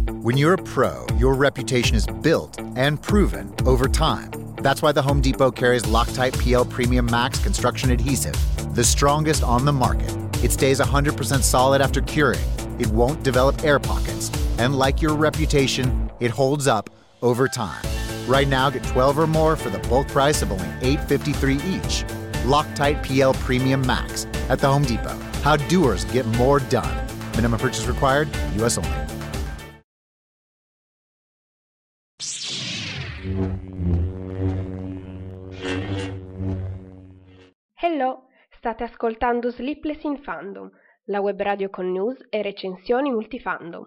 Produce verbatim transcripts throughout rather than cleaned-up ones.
When you're a pro, your reputation is built and proven over time. That's why the Home Depot carries Loctite P L Premium Max Construction Adhesive, the strongest on the market. It stays one hundred percent solid after curing. It won't develop air pockets. And like your reputation, it holds up over time. Right now, get twelve or more for the bulk price of only eight dollars and fifty-three cents each. Loctite P L Premium Max at the Home Depot. How doers get more done. Minimum purchase required, U S only. Hello, state ascoltando Sleepless in Fandom, la web radio con news e recensioni multifandom.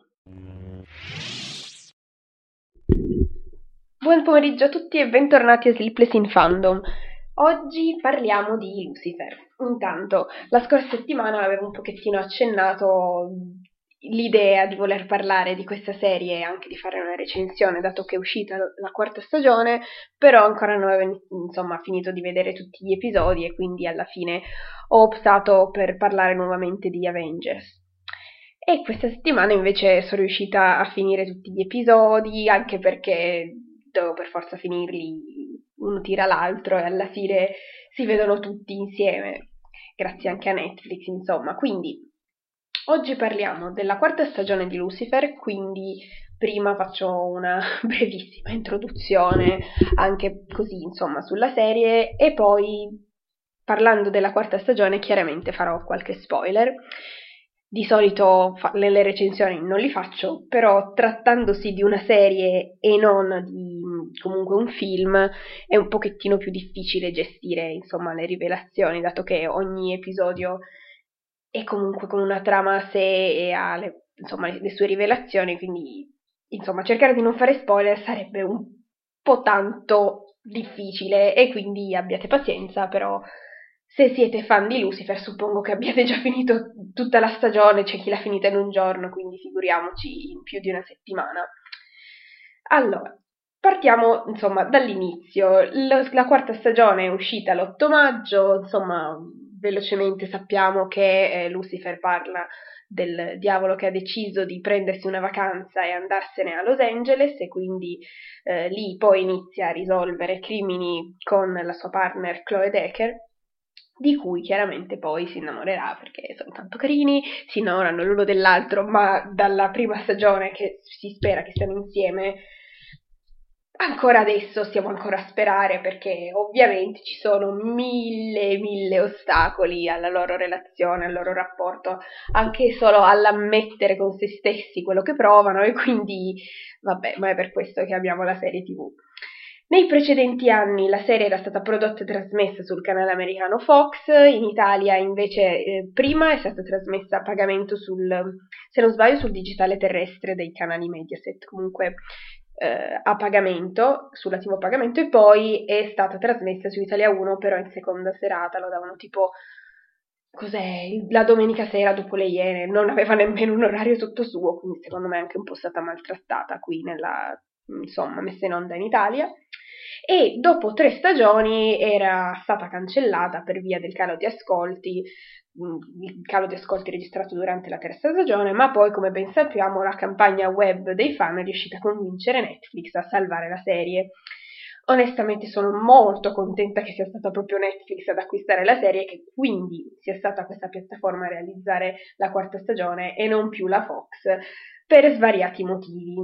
Buon pomeriggio a tutti e bentornati a Sleepless in Fandom. Oggi parliamo di Lucifer. Intanto, la scorsa settimana avevo un pochettino accennato l'idea di voler parlare di questa serie e anche di fare una recensione, dato che è uscita la quarta stagione, però ancora non avevo insomma finito di vedere tutti gli episodi e quindi alla fine ho optato per parlare nuovamente di Avengers. E questa settimana invece sono riuscita a finire tutti gli episodi, anche perché dovevo per forza finirli, uno tira l'altro e alla fine si vedono tutti insieme, grazie anche a Netflix, insomma. Quindi oggi parliamo della quarta stagione di Lucifer, quindi prima faccio una brevissima introduzione, anche così, insomma, sulla serie, e poi, parlando della quarta stagione, chiaramente farò qualche spoiler. Di solito fa- le recensioni non li faccio, però trattandosi di una serie e non di comunque un film, è un pochettino più difficile gestire, insomma, le rivelazioni, dato che ogni episodio e comunque con una trama a sé e ha le, insomma, le sue rivelazioni, quindi insomma cercare di non fare spoiler sarebbe un po' tanto difficile e quindi abbiate pazienza, però se siete fan di Lucifer suppongo che abbiate già finito tutta la stagione, c'è chi l'ha finita in un giorno, quindi figuriamoci in più di una settimana. Allora, partiamo insomma dall'inizio. Lo, la quarta stagione è uscita l'otto maggio, insomma velocemente sappiamo che eh, Lucifer parla del diavolo che ha deciso di prendersi una vacanza e andarsene a Los Angeles e quindi eh, lì poi inizia a risolvere crimini con la sua partner Chloe Decker, di cui chiaramente poi si innamorerà perché sono tanto carini, si innamorano l'uno dell'altro, ma dalla prima stagione che si spera che stiano insieme, ancora adesso stiamo ancora a sperare perché ovviamente ci sono mille mille ostacoli alla loro relazione, al loro rapporto, anche solo all'ammettere con se stessi quello che provano e quindi vabbè, ma è per questo che abbiamo la serie tivù. Nei precedenti anni la serie era stata prodotta e trasmessa sul canale americano Fox, in Italia invece eh, prima è stata trasmessa a pagamento sul, se non sbaglio, sul digitale terrestre dei canali Mediaset, comunque eh, a pagamento, sulla tivù a pagamento, e poi è stata trasmessa su Italia uno, però in seconda serata, lo davano tipo, cos'è, la domenica sera dopo le Iene, non aveva nemmeno un orario tutto suo, quindi secondo me è anche un po' stata maltrattata qui nella, insomma, messa in onda in Italia. E dopo tre stagioni era stata cancellata per via del calo di ascolti, il calo di ascolti registrato durante la terza stagione, ma poi, come ben sappiamo, la campagna web dei fan è riuscita a convincere Netflix a salvare la serie. Onestamente sono molto contenta che sia stata proprio Netflix ad acquistare la serie e che quindi sia stata questa piattaforma a realizzare la quarta stagione e non più la Fox, per svariati motivi.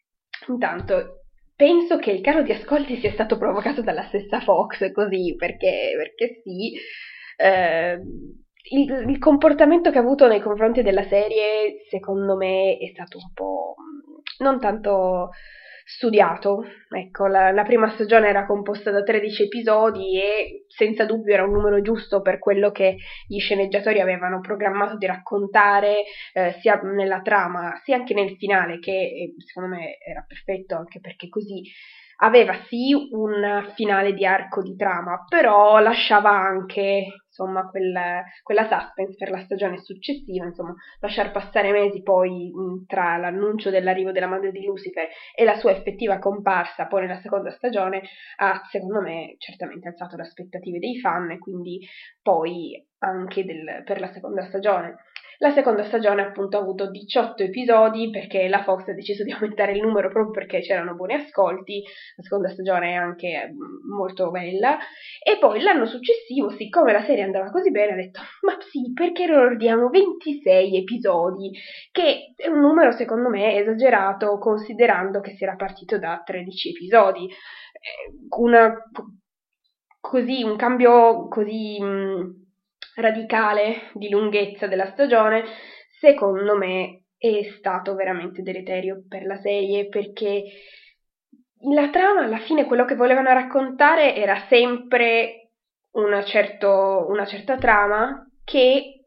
Intanto penso che il calo di ascolti sia stato provocato dalla stessa Fox, così, perché, perché sì, eh, il, il comportamento che ha avuto nei confronti della serie, secondo me, è stato un po' non tanto studiato. Ecco, la, la prima stagione era composta da tredici episodi e senza dubbio era un numero giusto per quello che gli sceneggiatori avevano programmato di raccontare, eh, sia nella trama sia anche nel finale, che eh, secondo me era perfetto, anche perché così aveva sì un finale di arco di trama, però lasciava anche insomma quel, quella suspense per la stagione successiva, insomma lasciar passare mesi poi mh, tra l'annuncio dell'arrivo della madre di Lucifer e la sua effettiva comparsa poi nella seconda stagione ha secondo me certamente alzato le aspettative dei fan e quindi poi anche del, per la seconda stagione. La seconda stagione appunto ha avuto diciotto episodi perché la Fox ha deciso di aumentare il numero proprio perché c'erano buoni ascolti. La seconda stagione è anche molto bella. E poi l'anno successivo, siccome la serie andava così bene, ha detto ma sì, perché non ordiniamo ventisei episodi, che è un numero secondo me esagerato considerando che si era partito da tredici episodi. Una, così, un cambio così mh, radicale di lunghezza della stagione, secondo me è stato veramente deleterio per la serie, perché la trama, alla fine, quello che volevano raccontare era sempre una, certo, una certa trama che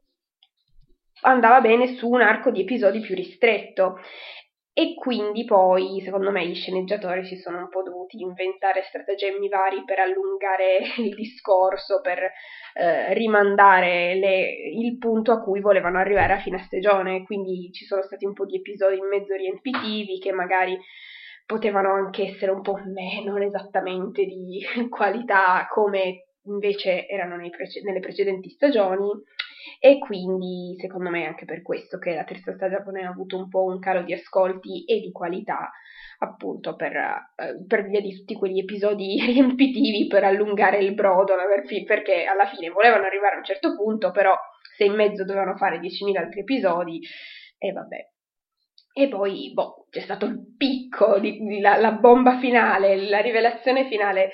andava bene su un arco di episodi più ristretto. E quindi poi, secondo me, gli sceneggiatori si sono un po' dovuti inventare stratagemmi vari per allungare il discorso, per eh, rimandare le, il punto a cui volevano arrivare a fine stagione. Quindi ci sono stati un po' di episodi in mezzo riempitivi che magari potevano anche essere un po' meno esattamente di qualità come invece erano nei prece- nelle precedenti stagioni. E quindi secondo me è anche per questo che la terza stagione ha avuto un po' un calo di ascolti e di qualità, appunto per, eh, per via di tutti quegli episodi riempitivi per allungare il brodo, perché alla fine volevano arrivare a un certo punto, però se in mezzo dovevano fare diecimila altri episodi, e vabbè. E poi, boh, c'è stato il picco, di, di la, la bomba finale, la rivelazione finale,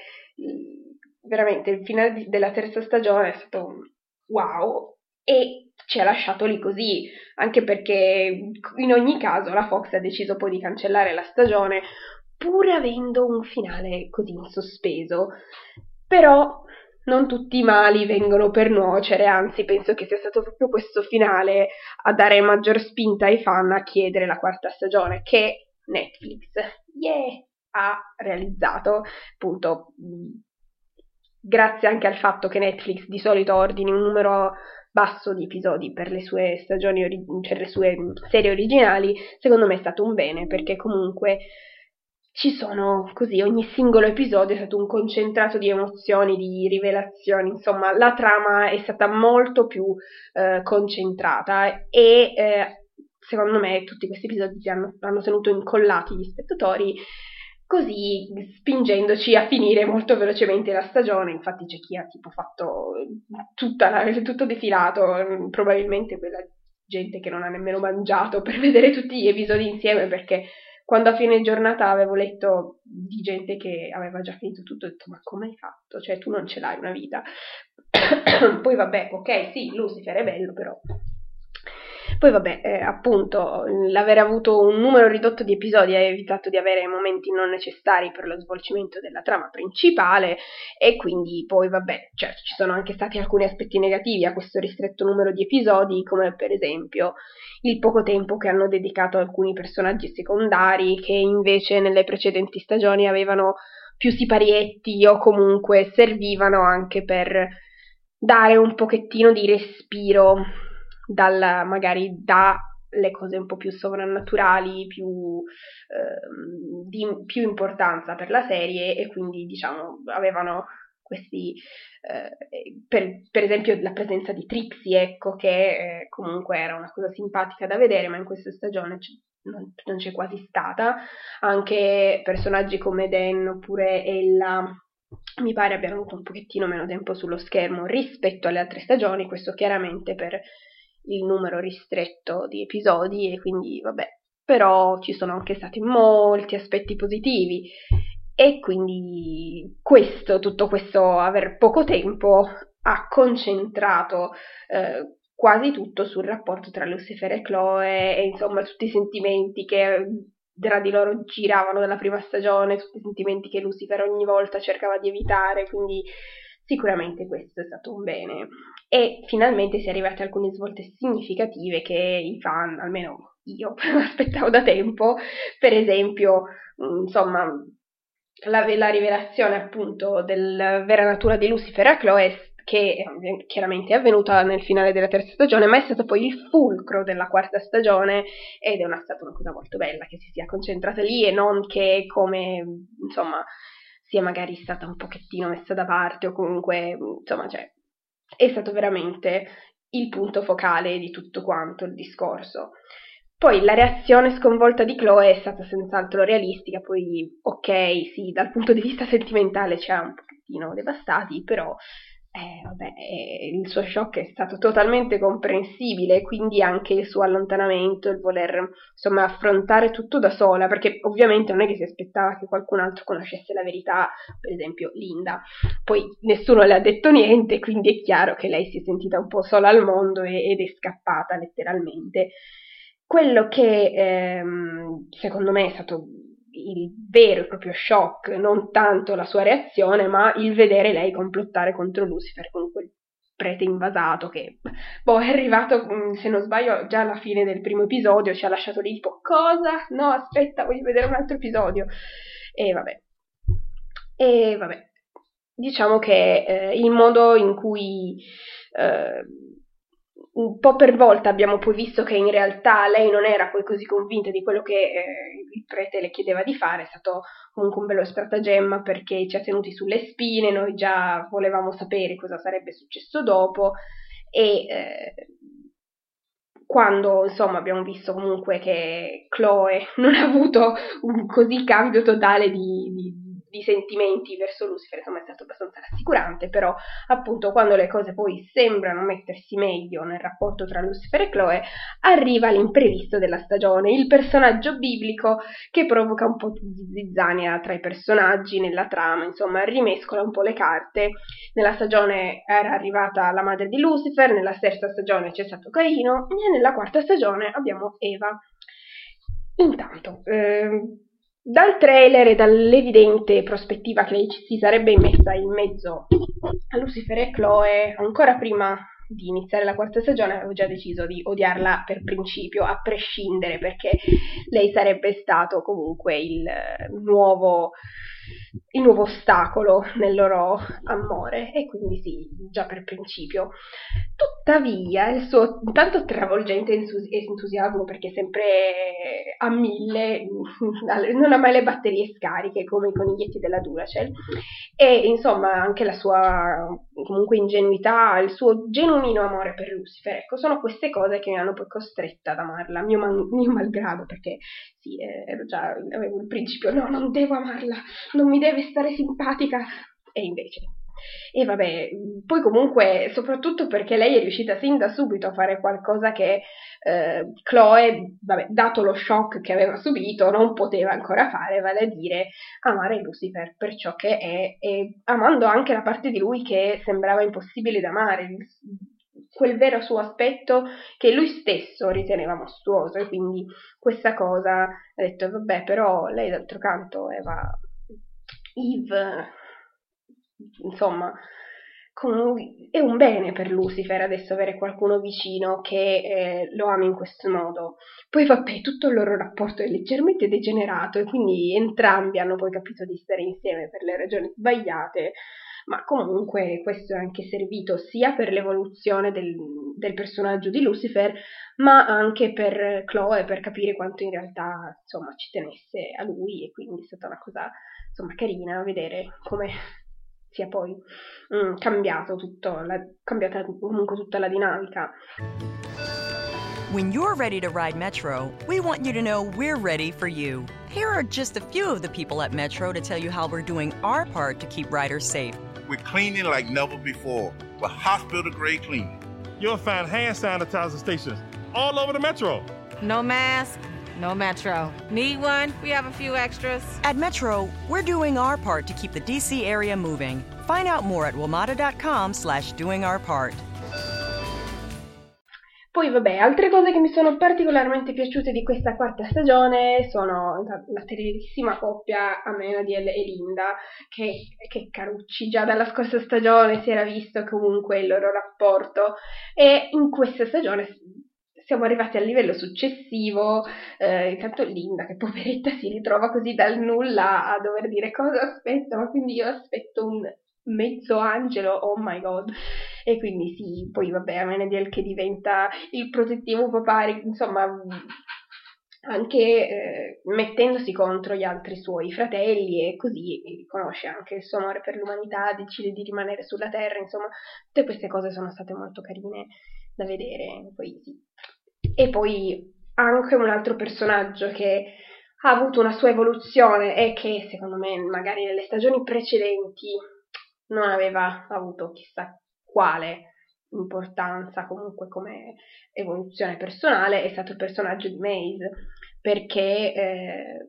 veramente il finale di, della terza stagione è stato wow, e ci ha lasciato lì così, anche perché in ogni caso la Fox ha deciso poi di cancellare la stagione, pur avendo un finale così in sospeso. Però non tutti i mali vengono per nuocere, anzi penso che sia stato proprio questo finale a dare maggior spinta ai fan a chiedere la quarta stagione, che Netflix yeah, ha realizzato, appunto, grazie anche al fatto che Netflix di solito ordini un numero basso di episodi per le sue stagioni, ori- per le sue serie originali. Secondo me è stato un bene, perché comunque ci sono così, ogni singolo episodio è stato un concentrato di emozioni, di rivelazioni, insomma la trama è stata molto più eh, concentrata e eh, secondo me tutti questi episodi hanno, hanno tenuto incollati gli spettatori, così spingendoci a finire molto velocemente la stagione. Infatti c'è chi ha tipo fatto tutta la, tutto defilato, probabilmente quella gente che non ha nemmeno mangiato per vedere tutti gli episodi insieme, perché quando a fine giornata avevo letto di gente che aveva già finito tutto, ho detto ma come hai fatto? Cioè tu non ce l'hai una vita. Poi vabbè, ok, sì, Lucifer è bello, però poi vabbè, eh, appunto, l'avere avuto un numero ridotto di episodi ha evitato di avere momenti non necessari per lo svolgimento della trama principale, e quindi poi vabbè, certo, ci sono anche stati alcuni aspetti negativi a questo ristretto numero di episodi, come per esempio il poco tempo che hanno dedicato a alcuni personaggi secondari che invece nelle precedenti stagioni avevano più siparietti o comunque servivano anche per dare un pochettino di respiro dal, magari dalle cose un po' più sovrannaturali, più, eh, di più importanza per la serie, e quindi diciamo avevano questi, eh, per, per esempio la presenza di Trixie, ecco, che eh, comunque era una cosa simpatica da vedere, ma in questa stagione c- non, non c'è quasi stata. Anche personaggi come Dan oppure Ella mi pare abbiano avuto un pochettino meno tempo sullo schermo rispetto alle altre stagioni, questo chiaramente per il numero ristretto di episodi, e quindi vabbè, però ci sono anche stati molti aspetti positivi, e quindi questo, tutto questo aver poco tempo ha concentrato eh, quasi tutto sul rapporto tra Lucifer e Chloe, e insomma tutti i sentimenti che tra di loro giravano dalla prima stagione, tutti i sentimenti che Lucifer ogni volta cercava di evitare, quindi sicuramente questo è stato un bene. E finalmente si è arrivati a alcune svolte significative che i fan, almeno io, aspettavo da tempo. Per esempio, insomma, la, la rivelazione appunto della vera natura di Lucifer a Chloe, che chiaramente è avvenuta nel finale della terza stagione, ma è stato poi il fulcro della quarta stagione, ed è una, stata una cosa molto bella che si sia concentrata lì, e non che come, insomma, sia magari stata un pochettino messa da parte, o comunque, insomma, cioè, è stato veramente il punto focale di tutto quanto il discorso. Poi la reazione sconvolta di Chloe è stata senz'altro realistica, poi ok, sì, dal punto di vista sentimentale ci ha un pochettino devastati, però eh, vabbè, eh, il suo shock è stato totalmente comprensibile, quindi anche il suo allontanamento, il voler insomma affrontare tutto da sola, perché ovviamente non è che si aspettava che qualcun altro conoscesse la verità, per esempio Linda, poi nessuno le ha detto niente, quindi è chiaro che lei si è sentita un po' sola al mondo e, ed è scappata letteralmente. Quello che ehm, secondo me è stato il vero e proprio shock, non tanto la sua reazione, ma il vedere lei complottare contro Lucifer con quel prete invasato che, boh, è arrivato, se non sbaglio, già alla fine del primo episodio, ci ha lasciato lì tipo, cosa? No, aspetta, voglio vedere un altro episodio. E vabbè. E vabbè. Diciamo che eh, il modo in cui... Eh, un po' per volta abbiamo poi visto che in realtà lei non era poi così convinta di quello che eh, il prete le chiedeva di fare, è stato comunque un bello stratagemma perché ci ha tenuti sulle spine, noi già volevamo sapere cosa sarebbe successo dopo e eh, quando insomma abbiamo visto comunque che Chloe non ha avuto un così cambio totale di, di di sentimenti verso Lucifer, insomma è stato abbastanza rassicurante, però appunto quando le cose poi sembrano mettersi meglio nel rapporto tra Lucifer e Chloe, arriva l'imprevisto della stagione, il personaggio biblico che provoca un po' di zizzania tra i personaggi, nella trama, insomma rimescola un po' le carte. Nella stagione era arrivata la madre di Lucifer, nella terza stagione c'è stato Caino e nella quarta stagione abbiamo Eva. Intanto, eh, dal trailer e dall'evidente prospettiva che lei si sarebbe messa in mezzo a Lucifer e Chloe, ancora prima di iniziare la quarta stagione avevo già deciso di odiarla per principio, a prescindere, perché lei sarebbe stato comunque il nuovo, il nuovo ostacolo nel loro amore, e quindi sì, già per principio. Tuttavia, il suo intanto travolgente entusiasmo, perché sempre a mille, non ha mai le batterie scariche come i coniglietti della Duracell, e insomma anche la sua comunque ingenuità, il suo genuino amore per Lucifer, ecco, sono queste cose che mi hanno poi costretta ad amarla, mio, man- mio malgrado, perché sì, eh, ero già, avevo il principio, no, non devo amarla, non mi deve stare simpatica, e invece... E vabbè, poi comunque, soprattutto perché lei è riuscita sin da subito a fare qualcosa che eh, Chloe, vabbè, dato lo shock che aveva subito, non poteva ancora fare, vale a dire amare Lucifer per ciò che è, e amando anche la parte di lui che sembrava impossibile da amare, quel vero suo aspetto che lui stesso riteneva mostruoso, e quindi questa cosa ha detto, vabbè, però lei d'altro canto Eva, Eve... insomma, è un bene per Lucifer adesso avere qualcuno vicino che eh, lo ami in questo modo. Poi vabbè, tutto il loro rapporto è leggermente degenerato e quindi entrambi hanno poi capito di stare insieme per le ragioni sbagliate, ma comunque questo è anche servito sia per l'evoluzione del, del personaggio di Lucifer, ma anche per Chloe, per capire quanto in realtà insomma ci tenesse a lui, e quindi è stata una cosa insomma carina vedere come sia poi mm, cambiato tutto, la, cambiata comunque tutta la dinamica. When you're ready to ride Metro, we want you to know we're ready for you. Here are just a few of the people at Metro to tell you how we're doing our part to keep riders safe. We're cleaning like never before, with hospital-grade cleaning. You'll find hand sanitizer stations all over the Metro. No mask, no Metro. Need one? We have a few extras. At Metro, we're doing our part to keep the D C area moving. Find out more at WMATA.com slash doing our part. Poi vabbè, altre cose che mi sono particolarmente piaciute di questa quarta stagione sono la tenerissima coppia Amenadiel e Linda, che, che carucci, già dalla scorsa stagione si era visto comunque il loro rapporto, e in questa stagione siamo arrivati al livello successivo. Eh, intanto Linda, che poveretta, si ritrova così dal nulla a dover dire cosa aspetto, ma quindi io aspetto un mezzo angelo, oh my god. E quindi sì, poi vabbè, Amenadiel che diventa il protettivo papà, insomma anche eh, mettendosi contro gli altri suoi fratelli, e così riconosce anche il suo amore per l'umanità, decide di rimanere sulla terra, insomma tutte queste cose sono state molto carine da vedere, poi sì. E poi anche un altro personaggio che ha avuto una sua evoluzione e che secondo me magari nelle stagioni precedenti non aveva avuto chissà quale importanza comunque come evoluzione personale, è stato il personaggio di Maze, perché eh,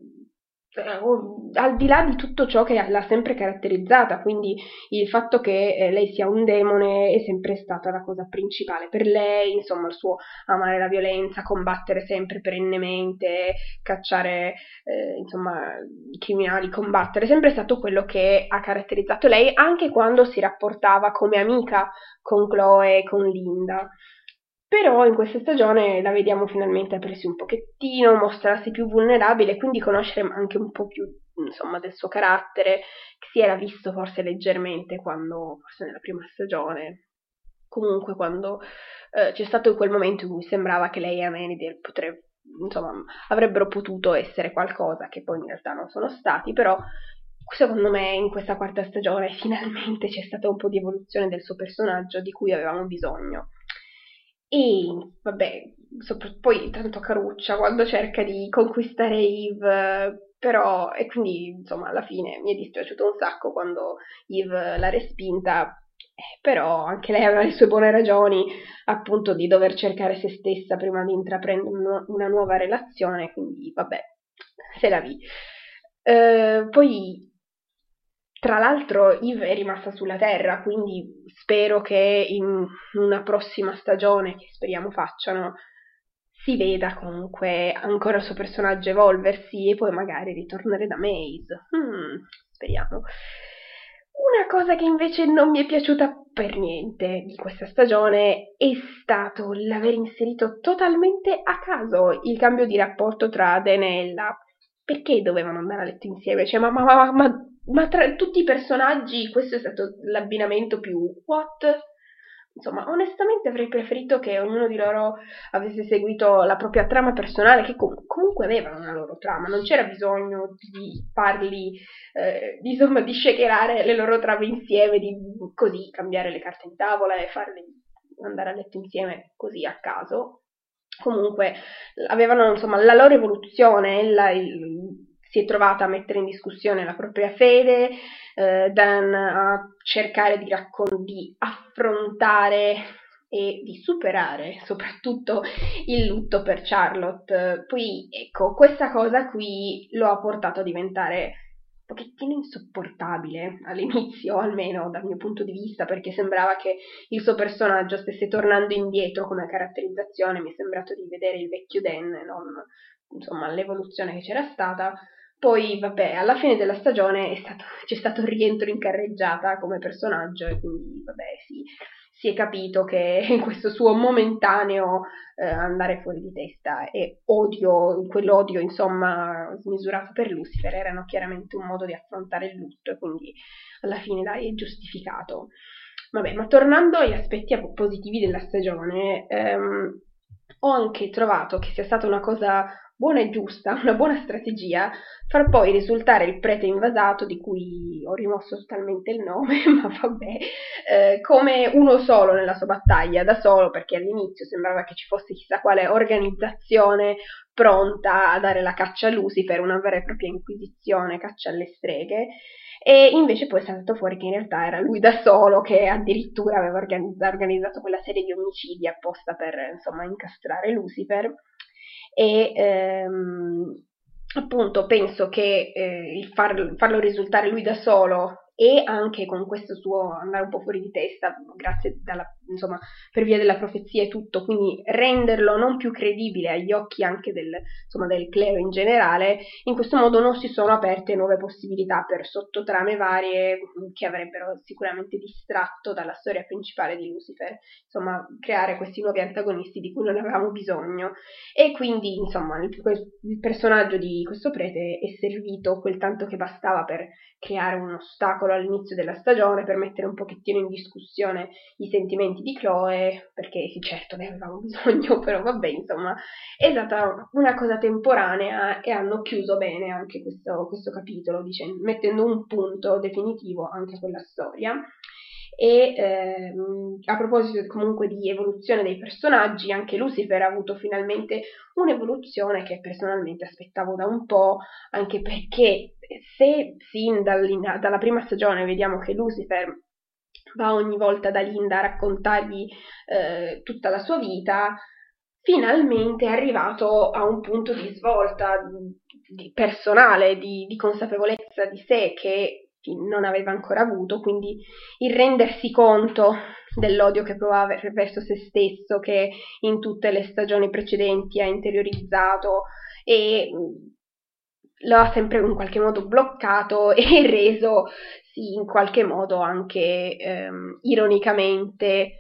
al di là di tutto ciò che l'ha sempre caratterizzata, quindi il fatto che eh, lei sia un demone è sempre stata la cosa principale per lei, insomma il suo amare la violenza, combattere sempre perennemente, cacciare eh, insomma i criminali, combattere, è sempre stato quello che ha caratterizzato lei anche quando si rapportava come amica con Chloe e con Linda. Però in questa stagione la vediamo finalmente aprirsi un pochettino, mostrarsi più vulnerabile, quindi conoscere anche un po' più, insomma, del suo carattere, che si era visto forse leggermente quando, forse nella prima stagione, comunque quando eh, c'è stato quel momento in cui sembrava che lei e Amenadiel potrebbero, insomma, avrebbero potuto essere qualcosa, che poi in realtà non sono stati, però secondo me in questa quarta stagione finalmente c'è stata un po' di evoluzione del suo personaggio di cui avevamo bisogno. E vabbè, sopra, poi tanto caruccia quando cerca di conquistare Eve, però, e quindi insomma alla fine mi è dispiaciuto un sacco quando Eve l'ha respinta, eh, però anche lei aveva le sue buone ragioni appunto di dover cercare se stessa prima di intraprendere una, una nuova relazione, quindi vabbè, se la vi. Eh, poi tra l'altro Eve è rimasta sulla Terra, quindi spero che in una prossima stagione, che speriamo facciano, si veda comunque ancora il suo personaggio evolversi e poi magari ritornare da Maze. Hmm, speriamo. Una cosa che invece non mi è piaciuta per niente di questa stagione è stato l'aver inserito totalmente a caso il cambio di rapporto tra Dan e Ella. Perché dovevano andare a letto insieme? Cioè, ma, ma, ma, ma ma tra tutti i personaggi questo è stato l'abbinamento più what? Insomma, onestamente avrei preferito che ognuno di loro avesse seguito la propria trama personale, che com- comunque avevano una loro trama, non c'era bisogno di farli, eh, di, insomma, di shakerare le loro trame insieme, di così cambiare le carte in tavola e farli andare a letto insieme così a caso. Comunque avevano insomma la loro evoluzione, la, il, si è trovata a mettere in discussione la propria fede, eh, Dan a cercare di, raccon- di affrontare e di superare soprattutto il lutto per Charlotte. Poi ecco, questa cosa qui lo ha portato a diventare un pochettino insopportabile all'inizio, almeno dal mio punto di vista, perché sembrava che il suo personaggio stesse tornando indietro come caratterizzazione, mi è sembrato di vedere il vecchio Dan, non insomma l'evoluzione che c'era stata. Poi, vabbè, alla fine della stagione è stato, c'è stato il rientro in carreggiata come personaggio e quindi, vabbè, sì, si è capito che in questo suo momentaneo eh, andare fuori di testa e odio, quell'odio, insomma, smisurato per Lucifer, erano chiaramente un modo di affrontare il lutto e quindi alla fine, dai, è giustificato. Vabbè, ma tornando agli aspetti positivi della stagione, ehm, ho anche trovato che sia stata una cosa buona e giusta, una buona strategia, far poi risultare il prete invasato, di cui ho rimosso totalmente il nome, ma vabbè, eh, come uno solo nella sua battaglia, da solo, perché all'inizio sembrava che ci fosse chissà quale organizzazione pronta a dare la caccia a Lucifer, una vera e propria inquisizione, caccia alle streghe, e invece poi è saltato fuori che in realtà era lui da solo che addirittura aveva organizzato, organizzato quella serie di omicidi apposta per, insomma, incastrare Lucifer. E ehm, appunto penso che eh, il far, farlo risultare lui da solo e anche con questo suo andare un po' fuori di testa, grazie dalla, insomma, per via della profezia e tutto, quindi renderlo non più credibile agli occhi anche del, insomma, del clero in generale, in questo modo non si sono aperte nuove possibilità per sottotrame varie che avrebbero sicuramente distratto dalla storia principale di Lucifer, insomma, creare questi nuovi antagonisti di cui non avevamo bisogno, e quindi, insomma, il, il personaggio di questo prete è servito quel tanto che bastava per creare un ostacolo all'inizio della stagione, per mettere un pochettino in discussione i sentimenti di Chloe, perché sì, certo ne avevamo bisogno, però vabbè, insomma, è stata una cosa temporanea e hanno chiuso bene anche questo, questo capitolo, dicendo, mettendo un punto definitivo anche a quella storia. E ehm, a proposito comunque di evoluzione dei personaggi, anche Lucifer ha avuto finalmente un'evoluzione che personalmente aspettavo da un po', anche perché se sin dalla prima stagione vediamo che Lucifer va ogni volta da Linda a raccontargli eh, tutta la sua vita, finalmente è arrivato a un punto di svolta di personale, di, di consapevolezza di sé che non aveva ancora avuto, quindi il rendersi conto dell'odio che provava verso se stesso, che in tutte le stagioni precedenti ha interiorizzato e lo ha sempre in qualche modo bloccato e reso, sì, in qualche modo anche ehm, ironicamente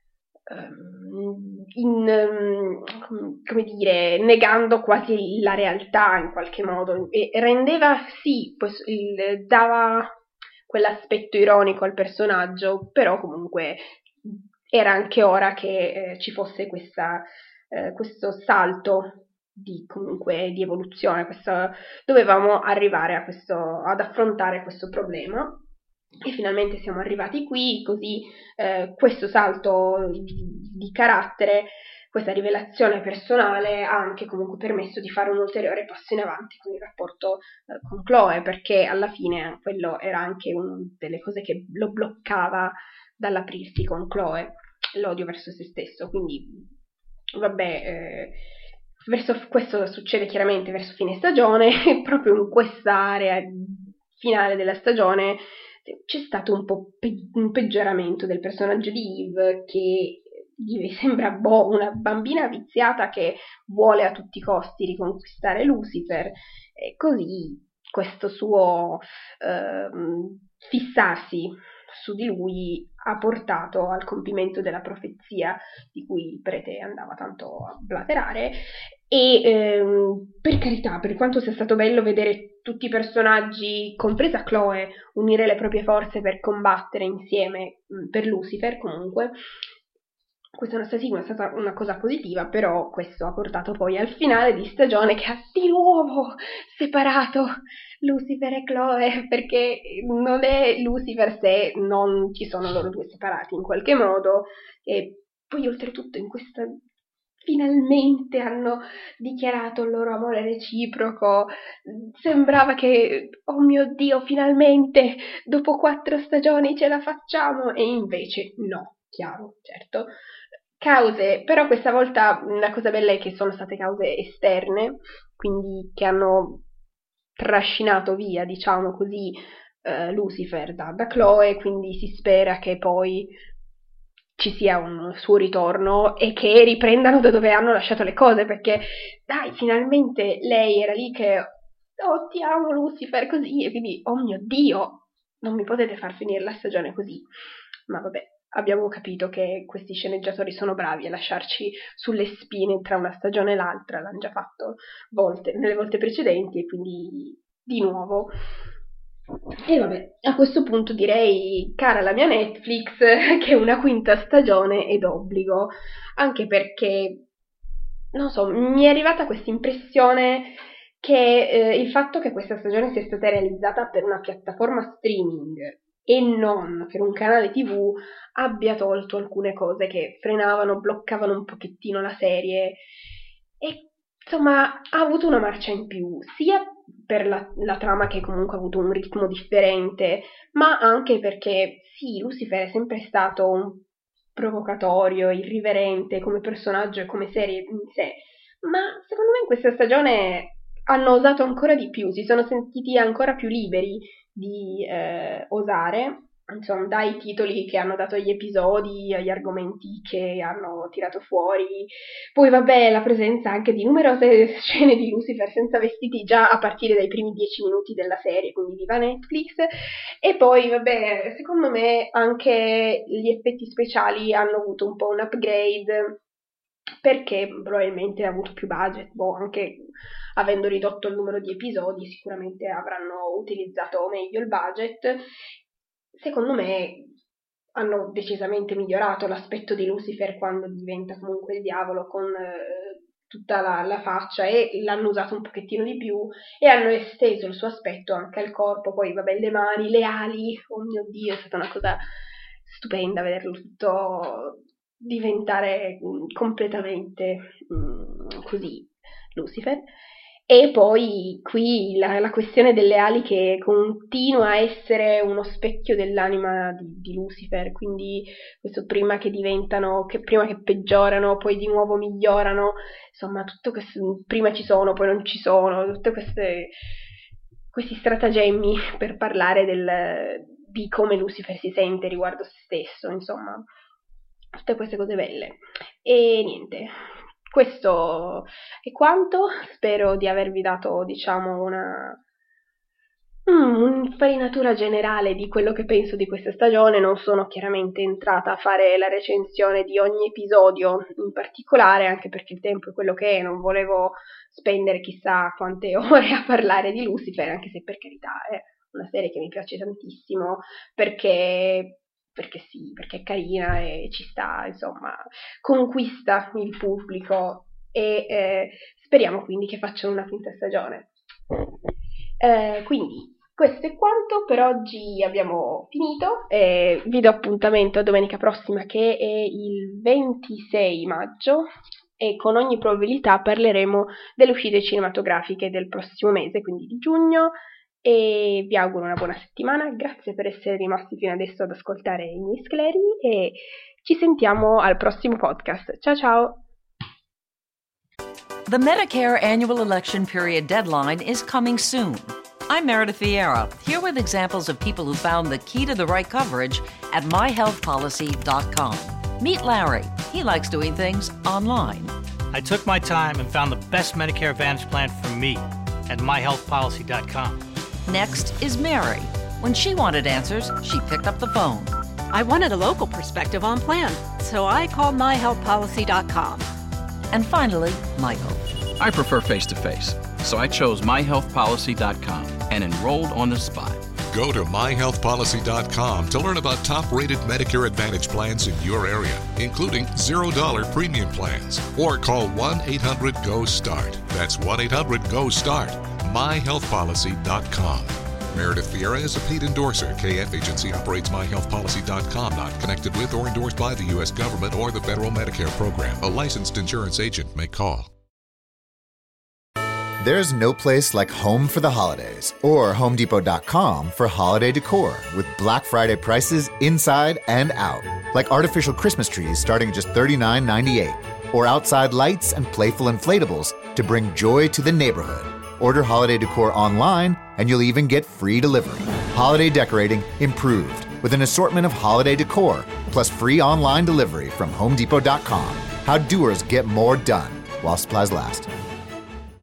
in, come dire, negando quasi la realtà in qualche modo, e rendeva, sì, il, dava quell'aspetto ironico al personaggio, però comunque era anche ora che eh, ci fosse questa, eh, questo salto di, comunque, di evoluzione, questo, dovevamo arrivare a questo, ad affrontare questo problema. E finalmente siamo arrivati qui, così eh, questo salto di, di carattere, questa rivelazione personale ha anche comunque permesso di fare un ulteriore passo in avanti con il rapporto eh, con Chloe, perché alla fine quello era anche una delle cose che lo bloccava dall'aprirsi con Chloe, l'odio verso se stesso. Quindi vabbè, eh, verso, questo succede chiaramente verso fine stagione, proprio in questa area finale della stagione c'è stato un po' pe- un peggioramento del personaggio di Eve, che gli sembra boh, una bambina viziata che vuole a tutti i costi riconquistare Lucifer, e così questo suo eh, fissarsi su di lui ha portato al compimento della profezia di cui il prete andava tanto a blaterare. E ehm, per carità, per quanto sia stato bello vedere tutti i personaggi, compresa Chloe, unire le proprie forze per combattere insieme mh, per Lucifer, comunque questa nostra sigla è stata una cosa positiva, però questo ha portato poi al finale di stagione che ha di nuovo separato Lucifer e Chloe, perché non è Lucifer se non ci sono loro due separati in qualche modo. E poi oltretutto in questa finalmente hanno dichiarato il loro amore reciproco, sembrava che, oh mio Dio, finalmente dopo quattro stagioni ce la facciamo, e invece no, chiaro, certo. Cause, però questa volta la cosa bella è che sono state cause esterne, quindi che hanno trascinato via, diciamo così, eh, Lucifer da, da Chloe, quindi si spera che poi ci sia un suo ritorno e che riprendano da dove hanno lasciato le cose, perché dai, finalmente lei era lì che oh ti amo Lucifer così, e quindi oh mio Dio, non mi potete far finire la stagione così. Ma vabbè, abbiamo capito che questi sceneggiatori sono bravi a lasciarci sulle spine tra una stagione e l'altra, l'hanno già fatto volte, nelle volte precedenti, e quindi di nuovo. E vabbè, a questo punto direi, cara la mia Netflix, che una quinta stagione è d'obbligo, anche perché, non so, mi è arrivata questa impressione che eh, il fatto che questa stagione sia stata realizzata per una piattaforma streaming e non per un canale tivù abbia tolto alcune cose che frenavano, bloccavano un pochettino la serie, e insomma ha avuto una marcia in più, sia per la, la trama, che comunque ha avuto un ritmo differente, ma anche perché sì, Lucifer è sempre stato un provocatorio, irriverente come personaggio e come serie in sé, ma secondo me in questa stagione hanno osato ancora di più, si sono sentiti ancora più liberi di eh, osare, insomma, dai titoli che hanno dato agli episodi, agli argomenti che hanno tirato fuori. Poi vabbè, la presenza anche di numerose scene di Lucifer senza vestiti già a partire dai primi dieci minuti della serie, quindi viva Netflix. E poi vabbè, secondo me anche gli effetti speciali hanno avuto un po' un upgrade, perché probabilmente ha avuto più budget, boh, anche avendo ridotto il numero di episodi sicuramente avranno utilizzato meglio il budget. Secondo me hanno decisamente migliorato l'aspetto di Lucifer quando diventa comunque il diavolo, con eh, tutta la, la faccia, e l'hanno usato un pochettino di più e hanno esteso il suo aspetto anche al corpo. Poi vabbè, le mani, le ali, oh mio Dio, è stata una cosa stupenda vederlo tutto diventare completamente mh, così Lucifer. E poi qui la, la questione delle ali che continua a essere uno specchio dell'anima di, di Lucifer, quindi questo prima che diventano, che prima che peggiorano, poi di nuovo migliorano, insomma tutto questo, prima ci sono, poi non ci sono, tutte queste questi stratagemmi per parlare del, di come Lucifer si sente riguardo se stesso, insomma tutte queste cose belle. E niente, questo è quanto. Spero di avervi dato, diciamo, una mm, un'infarinatura generale di quello che penso di questa stagione. Non sono chiaramente entrata a fare la recensione di ogni episodio in particolare, anche perché il tempo è quello che è, non volevo spendere chissà quante ore a parlare di Lucifer, anche se per carità è una serie che mi piace tantissimo, perché perché sì, perché è carina e ci sta, insomma, conquista il pubblico e eh, speriamo quindi che facciano una quinta stagione. Eh, quindi questo è quanto, per oggi abbiamo finito, eh, vi do appuntamento a domenica prossima che è il ventisei maggio e con ogni probabilità parleremo delle uscite cinematografiche del prossimo mese, quindi di giugno. E vi auguro una buona settimana, grazie per essere rimasti fino adesso ad ascoltare i miei scleri e ci sentiamo al prossimo podcast. Ciao ciao! The Medicare annual election period deadline is coming soon. I'm Meredith Vieira, here with examples of people who found the key to the right coverage at my health policy dot com. Meet Larry. He likes doing things online. I took my time and found the best Medicare Advantage plan for me at my health policy dot com. Next is Mary. When she wanted answers, she picked up the phone. I wanted a local perspective on plan, so I called my health policy dot com. And finally, Michael. I prefer face-to-face, so I chose my health policy dot com and enrolled on the spot. Go to my health policy dot com to learn about top-rated Medicare Advantage plans in your area, including zero dollar premium plans. Or call one eight hundred G O START. That's one eight hundred G O START. my health policy dot com. Meredith Vieira is a paid endorser. K F Agency operates my health policy dot com, not connected with or endorsed by the U S government or the federal Medicare program. A licensed insurance agent may call. There's no place like home for the holidays or home depot dot com for holiday decor with Black Friday prices inside and out. Like artificial Christmas trees starting at just thirty-nine ninety-eight or outside lights and playful inflatables to bring joy to the neighborhood. Order holiday decor online and you'll even get free delivery. Holiday decorating improved with an assortment of holiday decor plus free online delivery from home depot dot com. How doers get more done while supplies last.